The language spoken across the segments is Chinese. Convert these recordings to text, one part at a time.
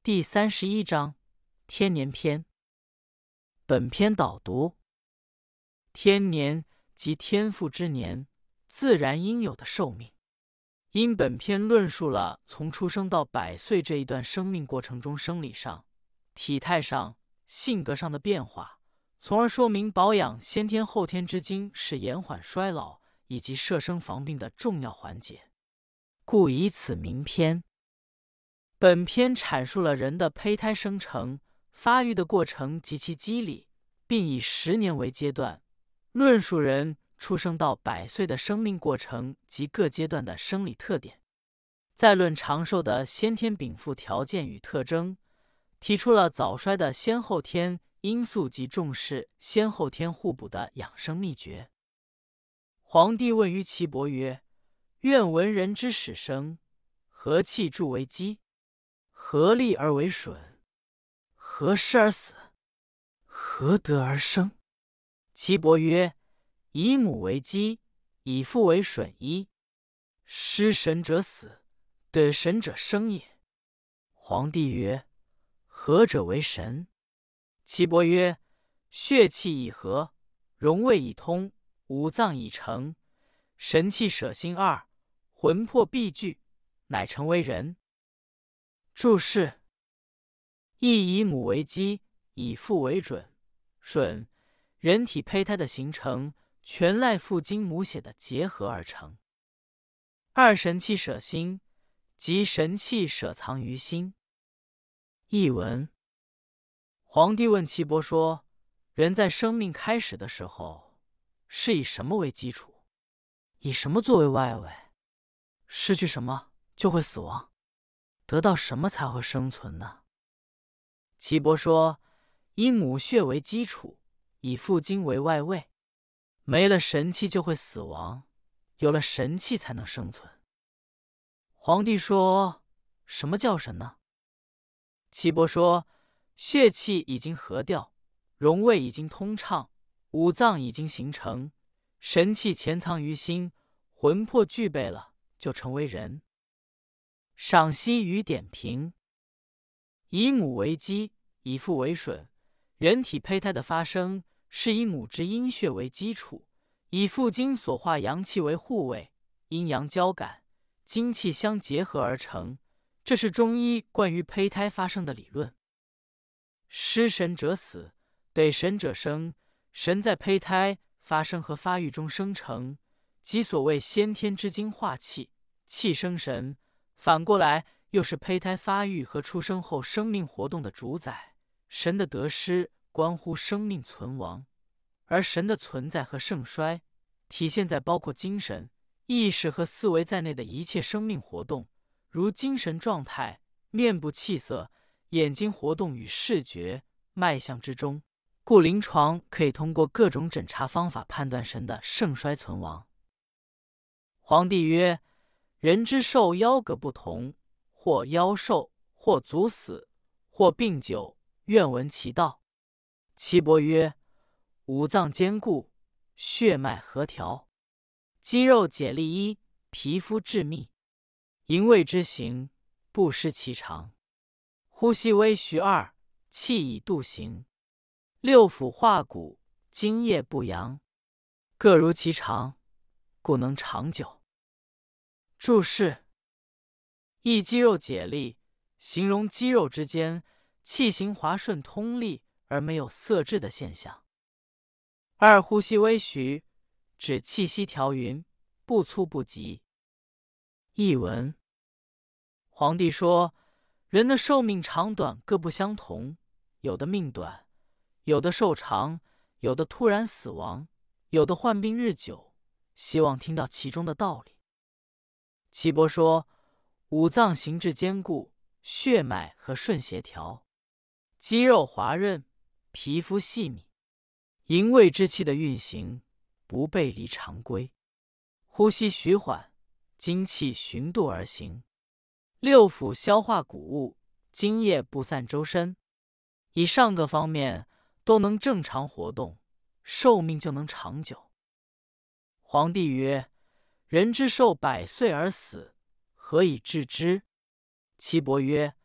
第31章天年篇。本篇导读：天年即天赋之年，自然应有的寿命。因本篇论述了从出生到100岁这一段生命过程中生理上、体态上、性格上的变化，从而说明保养先天后天之精是延缓衰老以及摄生防病的重要环节，故以此名篇。本篇阐述了人的胚胎生成、发育的过程及其机理，并以10年为阶段，论述人出生到100岁的生命过程及各阶段的生理特点。再论长寿的先天禀赋条件与特征，提出了早衰的先后天因素及重视先后天互补的养生秘诀。皇帝问于岐伯曰：愿闻人之始生，何气助为基？何利而为损？何失而死？何得而生？岐伯曰：以母为基，以父为损一。失神者死，得神者生也。皇帝曰：何者为神？岐伯曰：血气已和，荣卫已通，五脏已成，神气舍心二，魂魄必聚，乃成为人。注释：亦以母为基，以父为准。准，人体胚胎的形成全赖父精母血的结合而成。二神气舍心，即神气舍藏于心。译文：皇帝问岐伯说，人在生命开始的时候是以什么为基础？以什么作为外围？失去什么就会死亡？得到什么才会生存呢？岐伯说，以母血为基础，以父精为外围。没了神气就会死亡，有了神气才能生存。皇帝说，什么叫神呢？岐伯说，血气已经和掉，荣卫已经通畅，五脏已经形成，神气潜藏于心，魂魄具备了，就成为人。赏析与点评：以母为基，以父为损。人体胚胎的发生是以母之阴血为基础，以父精所化阳气为护卫，阴阳交感，精气相结合而成。这是中医关于胚胎发生的理论。失神者死，得神者生。神在胚胎发生和发育中生成，即所谓先天之精化气，气生神。反过来又是胚胎发育和出生后生命活动的主宰。神的得失关乎生命存亡，而神的存在和盛衰体现在包括精神、意识和思维在内的一切生命活动，如精神状态、面部气色、眼睛活动与视觉、脉象之中。故临床可以通过各种诊查方法判断神的盛衰存亡。皇帝曰：人之寿夭葛不同，或夭寿，或卒死，或病久，愿闻其道。岐伯曰：五脏坚固，血脉和调，肌肉解力一，皮肤致密，营卫之行，不失其常。呼吸微徐二，气以度行。六腑化骨，津液不扬，各如其常，故能长久。注释：一肌肉解力，形容肌肉之间气行滑顺通利而没有色滞的现象。二呼吸微徐，指气息调匀，不粗不急。译文：皇帝说，人的寿命长短各不相同，有的命短，有的寿长，有的突然死亡，有的患病日久，希望听到其中的道理。岐伯说，五脏形制坚固，血脉和顺协调，肌肉滑润，皮肤细密，营卫之气的运行不背离常规，呼吸徐缓，精气循度而行，六腑消化谷物，津液不散周身，以上各方面都能正常活动，寿命就能长久。皇帝曰：人之寿100岁而死，何以治之？岐伯曰：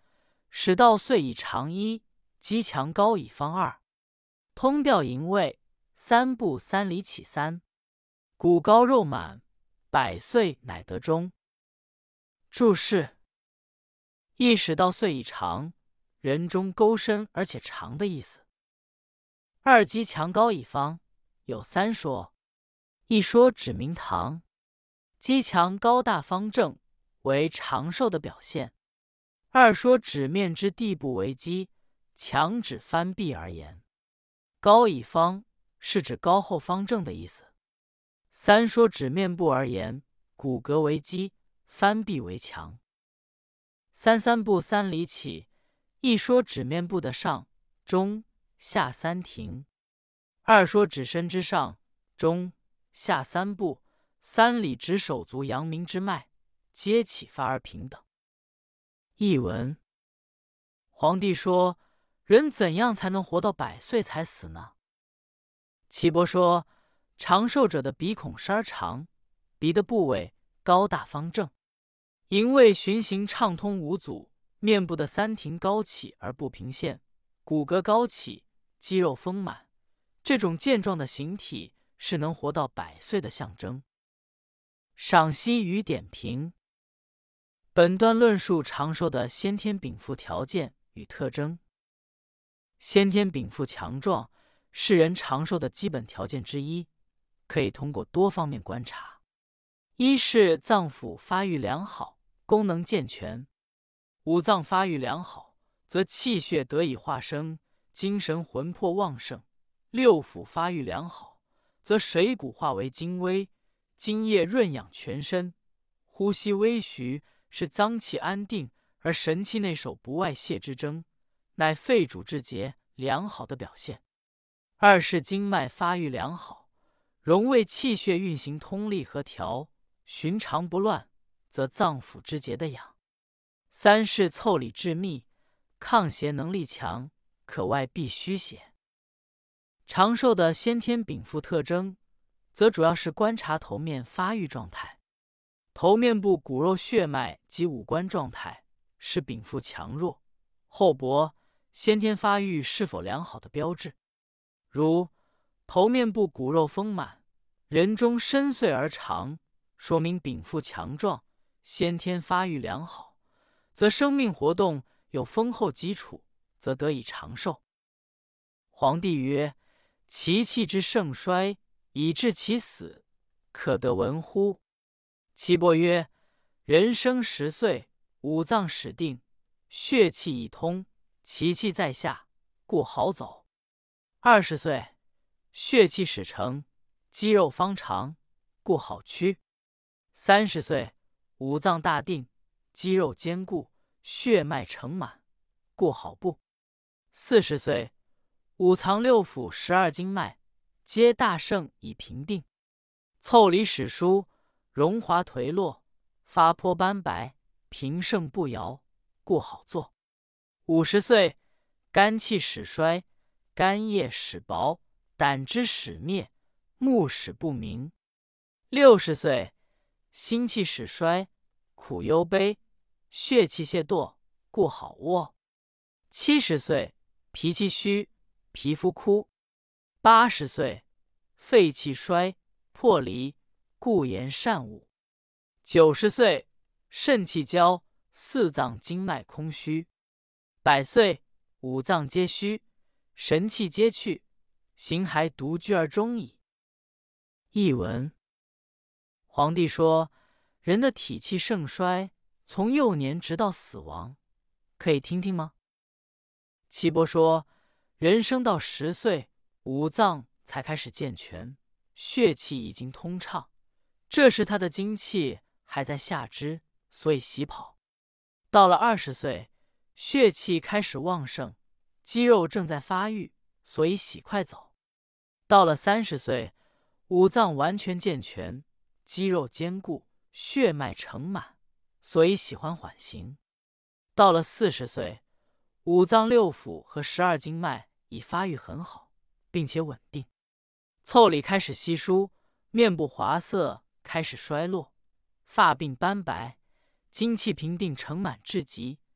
使到岁以长一，肌强高以方二，通调营卫，三步三里起三，骨高肉满，百岁乃得中。注释：一使到岁以长，人中沟深而且长的意思。二肌强高以方，有三说。一说指明堂，肌强高大方正，为长寿的表现。二说指面之地部为肌，强指翻臂而言。高以方是指高厚方正的意思。三说指面部而言，骨骼为肌，翻臂为强。三步三里起，一说指面部的上、中、下三庭。二说指身之上、中、下三步，三里指手足阳明之脉，皆起发而平等。译文：皇帝说，人怎样才能活到100岁才死呢？岐伯说，长寿者的鼻孔是而长，鼻的部位高大方正，营卫循行畅通无阻，面部的三庭高起而不平陷，骨骼高起，肌肉丰满，这种健壮的形体是能活到100岁的象征。赏析与点评：本段论述长寿的先天禀赋条件与特征。先天禀赋强壮是人长寿的基本条件之一，可以通过多方面观察。一是脏腑发育良好，功能健全。五脏发育良好，则气血得以化生，精神魂魄旺盛。六腑发育良好，则水谷化为精微，津液润养全身，呼吸微徐，是脏气安定而神气内守不外泄之征，乃肺主之节良好的表现。二是经脉发育良好，容为气血运行通利和调，寻常不乱，则脏腑之节的养。三是腠理致密，抗邪能力强，可外避虚邪。长寿的先天禀赋特征，则主要是观察头面发育状态。头面部骨肉血脉及五官状态是禀赋强弱、厚薄、先天发育是否良好的标志。如头面部骨肉丰满，人中深邃而长，说明禀赋强壮，先天发育良好，则生命活动有丰厚基础，则得以长寿。皇帝曰：其气之盛衰，以致其死，可得闻乎？岐伯曰：人生10岁，五脏始定，血气已通，其气在下，故好走。20岁，血气始成，肌肉方长，故好屈。30岁，五脏大定，肌肉坚固，血脉成满，故好步。40岁，五脏六腑12经脉皆大盛以平定，腠理始疏，荣华颓落，发颇斑白，平盛不摇，故好坐。50岁，肝气始衰，肝液始薄，胆汁始灭，目始不明。60岁，心气始衰，苦忧悲，血气懈惰，故好卧。70岁，脾气虚，皮肤枯。80岁，肺气衰，魄离，故言善恶。90岁，肾气交，四脏经脉空虚。100岁，五脏皆虚，神气皆去，形骸独居而终矣。译文：皇帝说，人的体气盛衰，从幼年直到死亡，可以听听吗？岐伯说，人生到10岁，五脏才开始健全，血气已经通畅，这时他的精气还在下肢，所以喜跑。到了20岁，血气开始旺盛，肌肉正在发育，所以喜快走。到了30岁，五脏完全健全，肌肉坚固，血脉成满，所以喜欢缓行。到了40岁，五脏六腑和12经脉已发育很好，并且稳定，腠理开始稀疏，面部华色开始衰落，发鬓斑白，精气平定成满至极，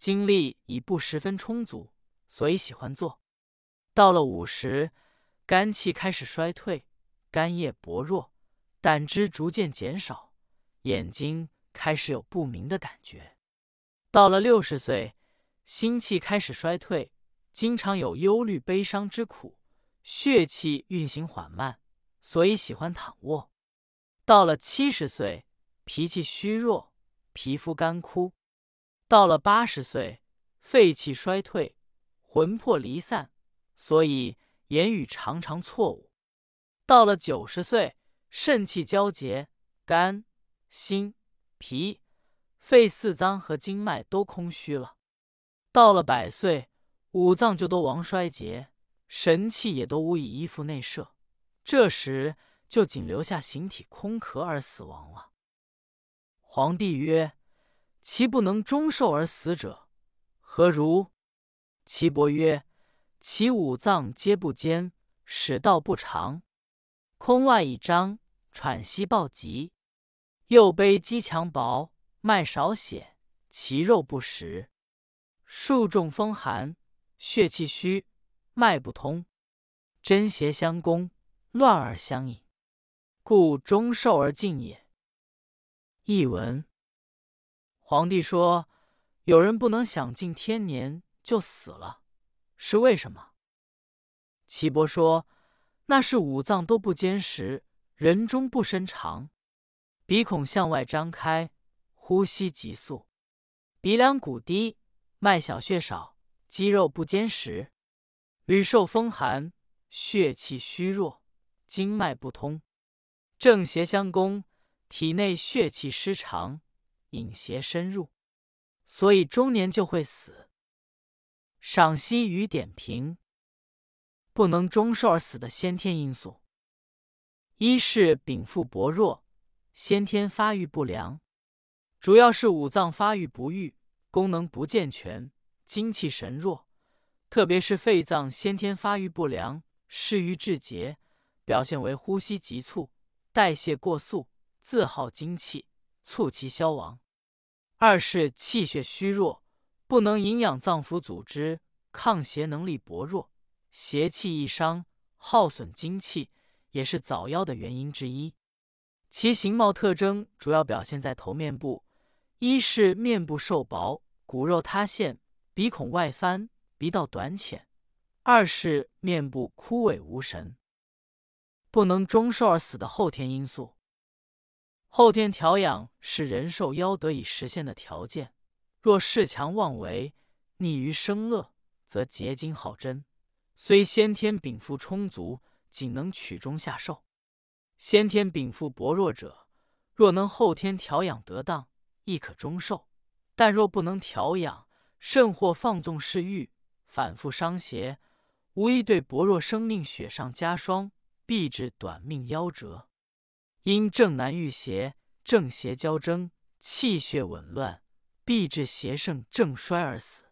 精力已不十分充足，所以喜欢坐。到了50，肝气开始衰退，肝液薄弱，胆汁逐渐减少，眼睛开始有不明的感觉。到了60岁，心气开始衰退，经常有忧虑悲伤之苦，血气运行缓慢，所以喜欢躺卧。到了70岁，脾气虚弱，皮肤干枯。到了80岁，肺气衰退，魂魄离散，所以言语常常错误。到了90岁，肾气交结，肝、心、脾、肺四脏和经脉都空虚了。到了100岁，五脏就都亡衰竭，神气也都无以依附内摄，这时就仅留下形体空壳而死亡了。皇帝曰：其不能终寿而死者，何如？岐伯曰：其五脏皆不坚，使道不长，空外一张，喘息暴急，右背肌强薄，脉少血，其肉不实，数重风寒，血气虚，脉不通，真邪相攻，乱而相引，故终寿而尽也。译文：皇帝说，有人不能享尽天年就死了，是为什么？岐伯说，那是五脏都不坚实，人中不伸长，鼻孔向外张开，呼吸急速，鼻梁骨低，脉小血少，肌肉不坚实，屡受风寒，血气虚弱，经脉不通，正邪相攻，体内血气失常，引邪深入，所以中年就会死。赏析与点评：不能终寿而死的先天因素，一是禀赋薄弱，先天发育不良，主要是五脏发育不育，功能不健全，精气神弱，特别是肺脏先天发育不良，失于志节，表现为呼吸急促，代谢过速，自耗精气，促其消亡。二是气血虚弱，不能营养脏腑组织，抗邪能力薄弱，邪气易伤，耗损精气，也是早夭的原因之一。其形貌特征主要表现在头面部，一是面部瘦薄，骨肉塌陷，鼻孔外翻，鼻道短浅；二是面部枯萎无神。不能终寿而死的后天因素，后天调养是人寿夭得以实现的条件，若恃强妄为，逆于生乐，则结晶耗真，虽先天禀赋充足，仅能取中下寿。先天禀赋薄弱者，若能后天调养得当，亦可终寿，但若不能调养，甚或放纵嗜欲，反复伤邪，无疑对薄弱生命雪上加霜，必致短命夭折。因正难遇邪，正邪交争，气血紊乱，必致邪盛正衰而死。